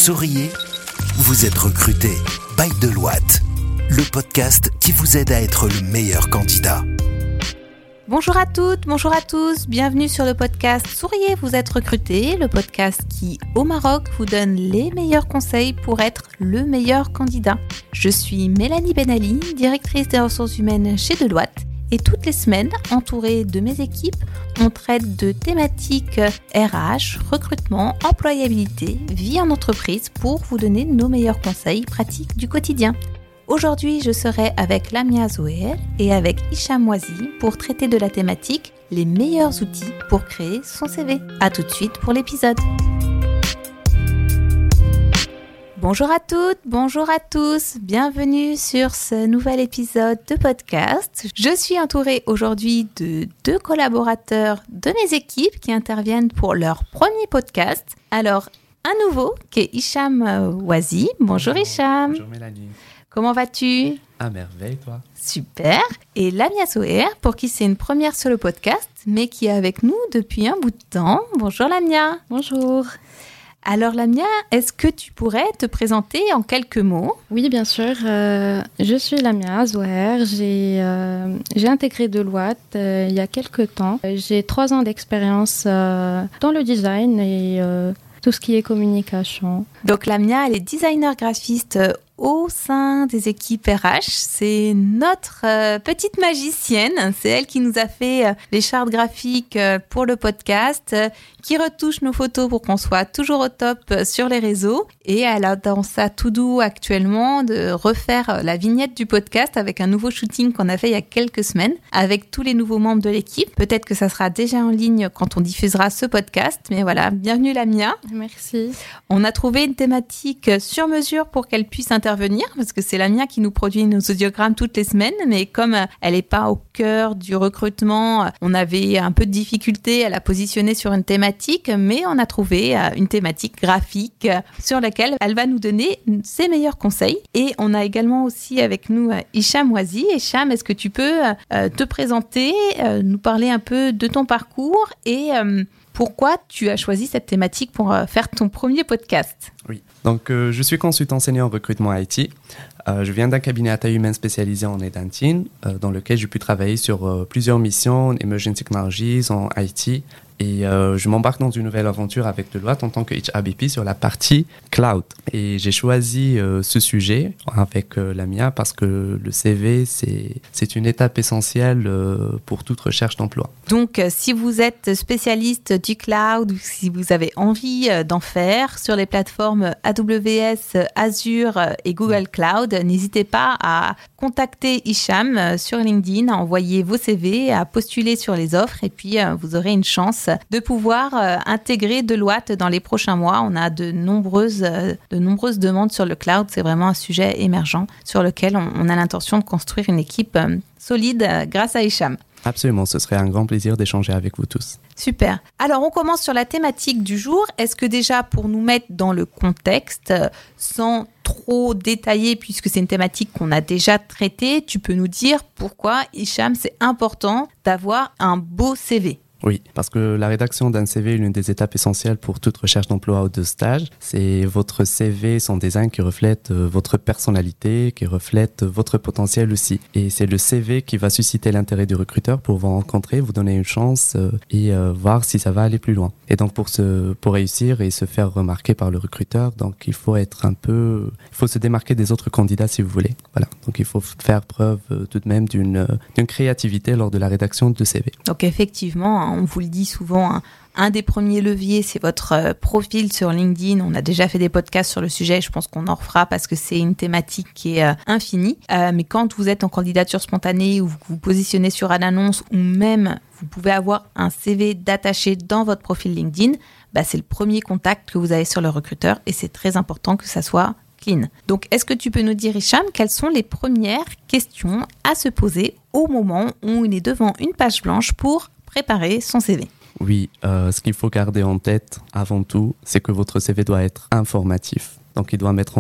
Souriez, vous êtes recruté by Deloitte, le podcast qui vous aide à être le meilleur candidat. Bonjour à toutes, bonjour à tous, bienvenue sur le podcast Souriez, vous êtes recruté, le podcast qui, au Maroc, vous donne les meilleurs conseils pour être le meilleur candidat. Je suis Mélanie Benali, directrice des ressources humaines chez Deloitte. Et toutes les semaines, entourée de mes équipes, on traite de thématiques RH, recrutement, employabilité, vie en entreprise pour vous donner nos meilleurs conseils pratiques du quotidien. Aujourd'hui, je serai avec Lamia Zoher et avec Hicham Mouazi pour traiter de la thématique « Les meilleurs outils pour créer son CV ». A tout de suite pour l'épisode. Bonjour à toutes, bonjour à tous, bienvenue sur ce nouvel épisode de podcast. Je suis entourée aujourd'hui de 2 collaborateurs de mes équipes qui interviennent pour leur premier podcast. Alors, un nouveau qui est Hicham Mouazi. Bonjour Hicham. Bonjour Mélanie. Comment vas-tu ? À merveille, toi. Super. Et Lamia Zoher, pour qui c'est une première sur le podcast, mais qui est avec nous depuis un bout de temps. Bonjour Lamia. Bonjour. Alors Lamia, est-ce que tu pourrais te présenter en quelques mots ? Oui, bien sûr. Je suis Lamia Zoher. J'ai intégré Deloitte il y a quelques temps. J'ai 3 ans d'expérience dans le design et tout ce qui est communication. Donc Lamia, elle est designer graphiste au sein des équipes RH. C'est notre petite magicienne. C'est elle qui nous a fait les chartes graphiques pour le podcast, qui retouche nos photos pour qu'on soit toujours au top sur les réseaux. Et elle a dans sa to-do actuellement de refaire la vignette du podcast avec un nouveau shooting qu'on a fait il y a quelques semaines avec tous les nouveaux membres de l'équipe. Peut-être que ça sera déjà en ligne quand on diffusera ce podcast. Mais voilà, bienvenue Lamia. Merci. On a trouvé une thématique sur mesure pour qu'elle puisse intervenir parce que c'est Lamia qui nous produit nos audiogrammes toutes les semaines, mais comme elle n'est pas au cœur du recrutement, on avait un peu de difficulté à la positionner sur une thématique, mais on a trouvé une thématique graphique sur laquelle elle va nous donner ses meilleurs conseils. Et on a également aussi avec nous Hicham Mouazi. Hicham, est-ce que tu peux te présenter, nous parler un peu de ton parcours et pourquoi tu as choisi cette thématique pour faire ton premier podcast ? Oui, donc je suis consultant senior en recrutement IT. Je viens d'un cabinet à taille humaine spécialisé en headhunting, dans lequel j'ai pu travailler sur plusieurs missions, emerging technologies, en IT. Et je m'embarque dans une nouvelle aventure avec Deloitte en tant que HRBP sur la partie cloud. Et j'ai choisi ce sujet avec Lamia parce que le CV, c'est une étape essentielle pour toute recherche d'emploi. Donc, si vous êtes spécialiste du cloud ou si vous avez envie d'en faire sur les plateformes AWS, Azure et Google Cloud, n'hésitez pas à contacter Hicham sur LinkedIn, à envoyer vos CV, à postuler sur les offres et puis vous aurez une chance de pouvoir intégrer Deloitte dans les prochains mois. On a de nombreuses demandes sur le cloud. C'est vraiment un sujet émergent sur lequel on a l'intention de construire une équipe solide grâce à Hicham. Absolument, ce serait un grand plaisir d'échanger avec vous tous. Super. Alors, on commence sur la thématique du jour. Est-ce que déjà, pour nous mettre dans le contexte, sans trop détailler, puisque c'est une thématique qu'on a déjà traitée, tu peux nous dire pourquoi, Hicham, c'est important d'avoir un beau CV ? Oui, parce que la rédaction d'un CV est l'une des étapes essentielles pour toute recherche d'emploi ou de stage. C'est votre CV, son design qui reflète votre personnalité, qui reflète votre potentiel aussi. Et c'est le CV qui va susciter l'intérêt du recruteur pour vous rencontrer, vous donner une chance et voir si ça va aller plus loin. Et donc pour réussir et se faire remarquer par le recruteur, donc il faut se démarquer des autres candidats si vous voulez. Voilà. Donc il faut faire preuve tout de même d'une créativité lors de la rédaction de CV. Donc effectivement, on vous le dit souvent, un des premiers leviers, c'est votre profil sur LinkedIn. On a déjà fait des podcasts sur le sujet. Je pense qu'on en refera parce que c'est une thématique qui est infinie. Mais quand vous êtes en candidature spontanée ou vous vous positionnez sur une annonce ou même vous pouvez avoir un CV d'attaché dans votre profil LinkedIn, c'est le premier contact que vous avez sur le recruteur et c'est très important que ça soit clean. Donc, est-ce que tu peux nous dire, Hicham, quelles sont les premières questions à se poser au moment où on est devant une page blanche pour préparer son CV ? Oui, ce qu'il faut garder en tête avant tout, c'est que votre CV doit être informatif. Donc, il doit mettre en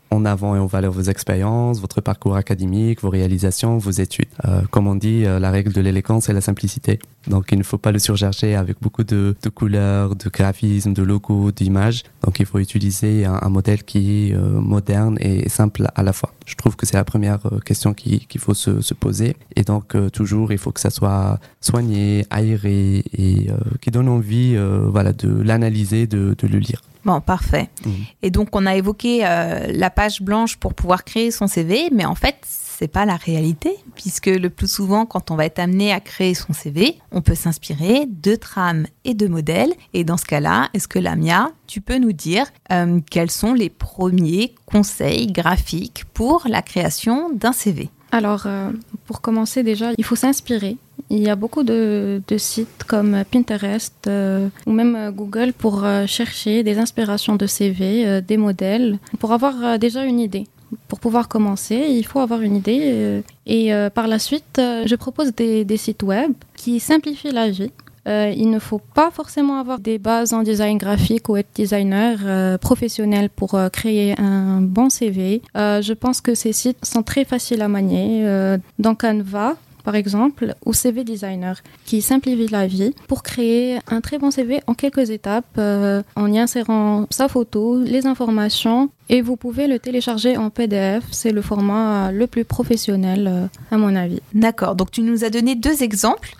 en avant et en valeur vos expériences, votre parcours académique, vos réalisations, vos études. Comme on dit, la règle de l'élégance, c'est la simplicité. Donc, il ne faut pas le surcharger avec beaucoup de couleurs, de graphismes, de logos, d'images. Donc, il faut utiliser un modèle qui est moderne et simple à la fois. Je trouve que c'est la première question qu'il faut se poser. Et donc, toujours, il faut que ça soit soigné, aéré et qui donne envie de l'analyser, de le lire. Bon, parfait. Et donc, on a évoqué la page blanche pour pouvoir créer son CV, mais en fait, c'est pas la réalité, puisque le plus souvent, quand on va être amené à créer son CV, on peut s'inspirer de trames et de modèles. Et dans ce cas-là, est-ce que Lamia, tu peux nous dire quels sont les premiers conseils graphiques pour la création d'un CV ? Alors, pour commencer déjà, il faut s'inspirer. Il y a beaucoup de sites comme Pinterest ou même Google pour chercher des inspirations de CV, des modèles, pour avoir déjà une idée. Pour pouvoir commencer, il faut avoir une idée. Et par la suite, je propose des sites web qui simplifient la vie. Il ne faut pas forcément avoir des bases en design graphique ou être designer professionnel pour créer un bon CV. Je pense que ces sites sont très faciles à manier. Dans Canva, par exemple, ou CV Designer, qui simplifie la vie pour créer un très bon CV en quelques étapes, en y insérant sa photo, les informations, et vous pouvez le télécharger en PDF. C'est le format le plus professionnel, à mon avis. D'accord, donc tu nous as donné 2 exemples.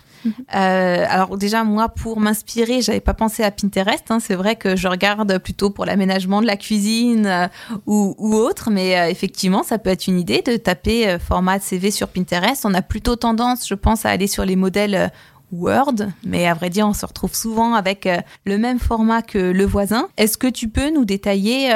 Alors déjà, moi, pour m'inspirer, j'avais pas pensé à Pinterest. C'est vrai que je regarde plutôt pour l'aménagement de la cuisine ou autre, mais effectivement, ça peut être une idée de taper format CV sur Pinterest. On a plutôt tendance, je pense, à aller sur les modèles Word, mais à vrai dire, on se retrouve souvent avec le même format que le voisin. Est-ce que tu peux nous détailler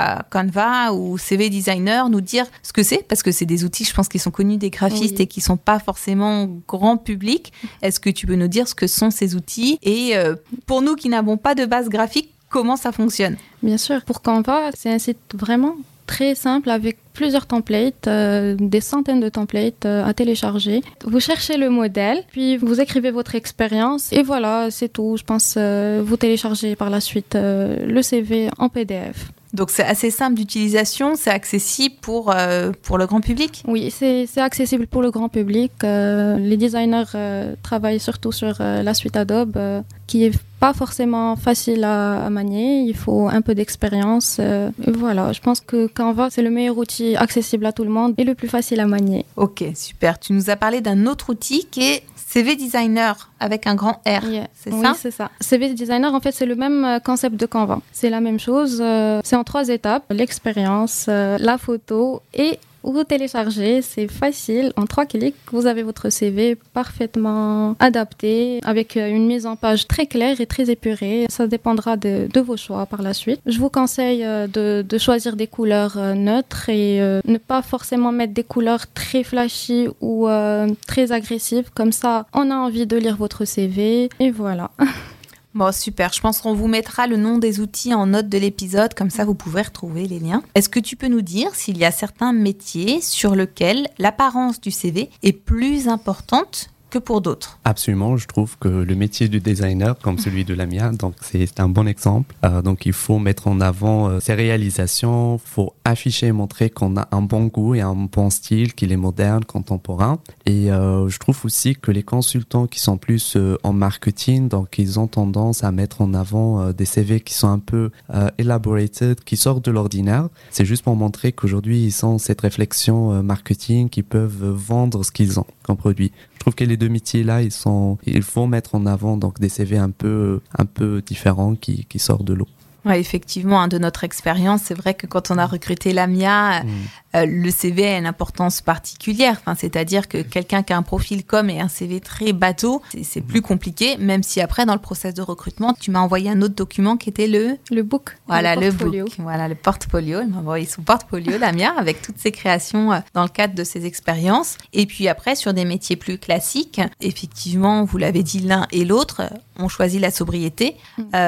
Canva ou CV Designer, nous dire ce que c'est ? Parce que c'est des outils, je pense, qui sont connus des graphistes et qui sont pas forcément grand public. Est-ce que tu peux nous dire ce que sont ces outils ? Et pour nous qui n'avons pas de base graphique, comment ça fonctionne ? Bien sûr, pour Canva, c'est un site vraiment très simple avec plusieurs templates, des centaines de templates à télécharger. Vous cherchez le modèle, puis vous écrivez votre expérience et voilà, c'est tout. Je pense vous téléchargez par la suite le CV en PDF. Donc c'est assez simple d'utilisation, c'est accessible pour le grand public ? Oui, c'est accessible pour le grand public. Les designers travaillent surtout sur la suite Adobe, qui est pas forcément facile à manier. Il faut un peu d'expérience. Voilà, je pense que Canva, c'est le meilleur outil accessible à tout le monde et le plus facile à manier. Ok, super. Tu nous as parlé d'un autre outil qui est CV Designer avec un grand R, c'est ça ? Oui, c'est ça. CV Designer, en fait, c'est le même concept de Canva. C'est la même chose. C'est en 3 étapes. L'expérience, la photo et vous téléchargez. C'est facile. En 3 clics, vous avez votre CV parfaitement adapté avec une mise en page très claire et très épurée. Ça dépendra de vos choix par la suite. Je vous conseille de choisir des couleurs neutres et ne pas forcément mettre des couleurs très flashy ou très agressives. Comme ça, on a envie de lire votre CV et voilà. Bon, super. Je pense qu'on vous mettra le nom des outils en note de l'épisode, comme ça vous pouvez retrouver les liens. Est-ce que tu peux nous dire s'il y a certains métiers sur lesquels l'apparence du CV est plus importante que pour d'autres? Absolument, je trouve que le métier du designer, comme celui de Lamia, donc c'est un bon exemple. Donc il faut mettre en avant ses réalisations, il faut afficher et montrer qu'on a un bon goût et un bon style, qu'il est moderne, contemporain. Et je trouve aussi que les consultants qui sont plus en marketing, donc ils ont tendance à mettre en avant des CV qui sont un peu elaborated, qui sortent de l'ordinaire. C'est juste pour montrer qu'aujourd'hui ils ont cette réflexion marketing, qu'ils peuvent vendre ce qu'ils ont comme produit. Je trouve que les deux métiers-là, il faut mettre en avant donc des CV un peu différents qui sortent de l'eau. Ouais, effectivement, de notre expérience, c'est vrai que quand on a recruté Lamia, le CV a une importance particulière. Enfin, c'est-à-dire que quelqu'un qui a un profil com et un CV très bateau, c'est plus compliqué, même si après, dans le process de recrutement, tu m'as envoyé un autre document qui était le book. Voilà, le portfolio. Book. Voilà, le portfolio. Elle m'a envoyé son portfolio, Lamia, avec toutes ses créations dans le cadre de ses expériences. Et puis après, sur des métiers plus classiques, effectivement, vous l'avez dit l'un et l'autre, on choisit la sobriété,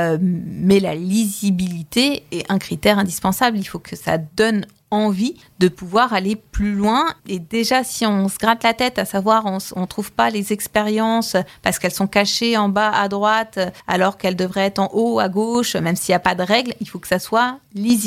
mais la lisibilité est un critère indispensable. Il faut que ça donne envie de pouvoir aller plus loin. Et déjà, si on se gratte la tête à savoir on trouve pas les expériences parce qu'elles sont cachées en bas à droite alors qu'elles devraient être en haut à gauche, même s'il n'y a pas de règle, il faut que ça soit lisible.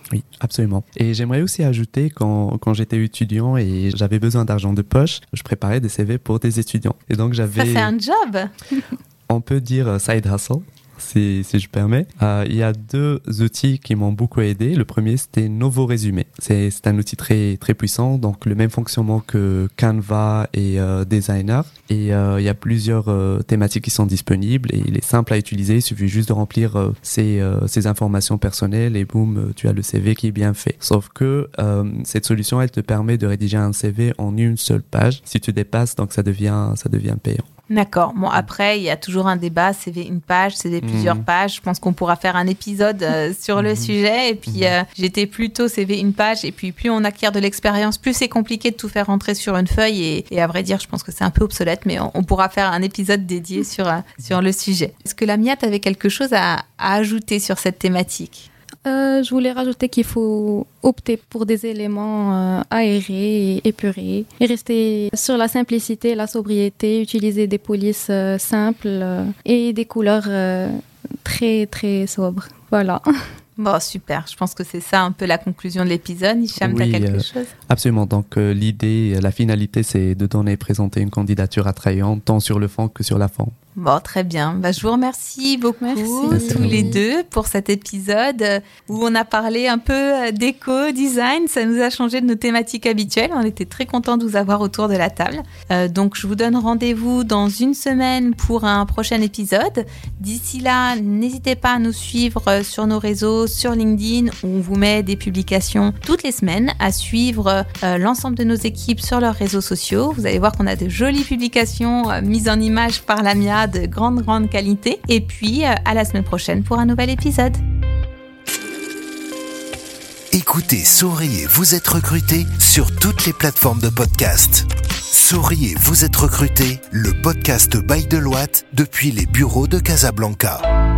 Oui, absolument. Et j'aimerais aussi ajouter, quand j'étais étudiant et j'avais besoin d'argent de poche, je préparais des CV pour des étudiants. Et donc j'avais... Ça, c'est un job. On peut dire side hustle. Si je permets. Il y a 2 outils qui m'ont beaucoup aidé. Le premier, c'était Novo Résumé. C'est un outil très, très puissant, donc le même fonctionnement que Canva et Designer. Et il y a plusieurs thématiques qui sont disponibles et il est simple à utiliser. Il suffit juste de remplir ces informations personnelles et boum, tu as le CV qui est bien fait. Sauf que cette solution, elle te permet de rédiger un CV en une seule page. Si tu dépasses, donc ça devient payant. D'accord. Bon, après, il y a toujours un débat, CV une page, CV plusieurs pages. Je pense qu'on pourra faire un épisode sur le sujet. Et puis, j'étais plutôt CV une page. Et puis, plus on acquiert de l'expérience, plus c'est compliqué de tout faire rentrer sur une feuille. Et à vrai dire, je pense que c'est un peu obsolète, mais on pourra faire un épisode dédié sur le sujet. Est-ce que Lamia, tu avais quelque chose à ajouter sur cette thématique ? Je voulais rajouter qu'il faut opter pour des éléments aérés et épurés et rester sur la simplicité, la sobriété, utiliser des polices simples et des couleurs très, très sobres. Voilà. Bon, super. Je pense que c'est ça un peu la conclusion de l'épisode. Hicham, tu as quelque chose ? Absolument. Donc, l'idée, la finalité, c'est de donner et présenter une candidature attrayante, tant sur le fond que sur la forme. Bon, très bien. Je vous remercie beaucoup tous les deux pour cet épisode où on a parlé un peu d'éco-design. Ça nous a changé de nos thématiques habituelles. On était très contents de vous avoir autour de la table. Donc, je vous donne rendez-vous dans une semaine pour un prochain épisode. D'ici là, n'hésitez pas à nous suivre sur nos réseaux, sur LinkedIn, où on vous met des publications toutes les semaines, à suivre l'ensemble de nos équipes sur leurs réseaux sociaux. Vous allez voir qu'on a de jolies publications mises en image par Lamia de grande qualité. Et puis, à la semaine prochaine pour un nouvel épisode. Écoutez Souriez, vous êtes recruté sur toutes les plateformes de podcast. Souriez, vous êtes recruté, le podcast by Deloitte depuis les bureaux de Casablanca.